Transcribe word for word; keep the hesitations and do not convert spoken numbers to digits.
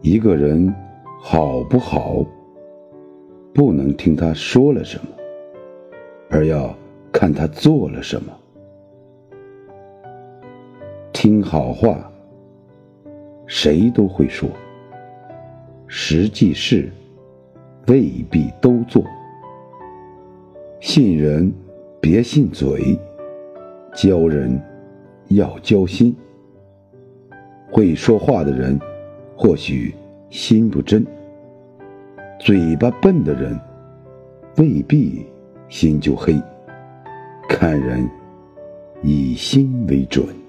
一个人好不好，不能听他说了什么，而要看他做了什么。听好话，谁都会说，实际事未必都做。信人别信嘴，交人要交心。会说话的人或许心不真，嘴巴笨的人未必心就黑。看人以心为准。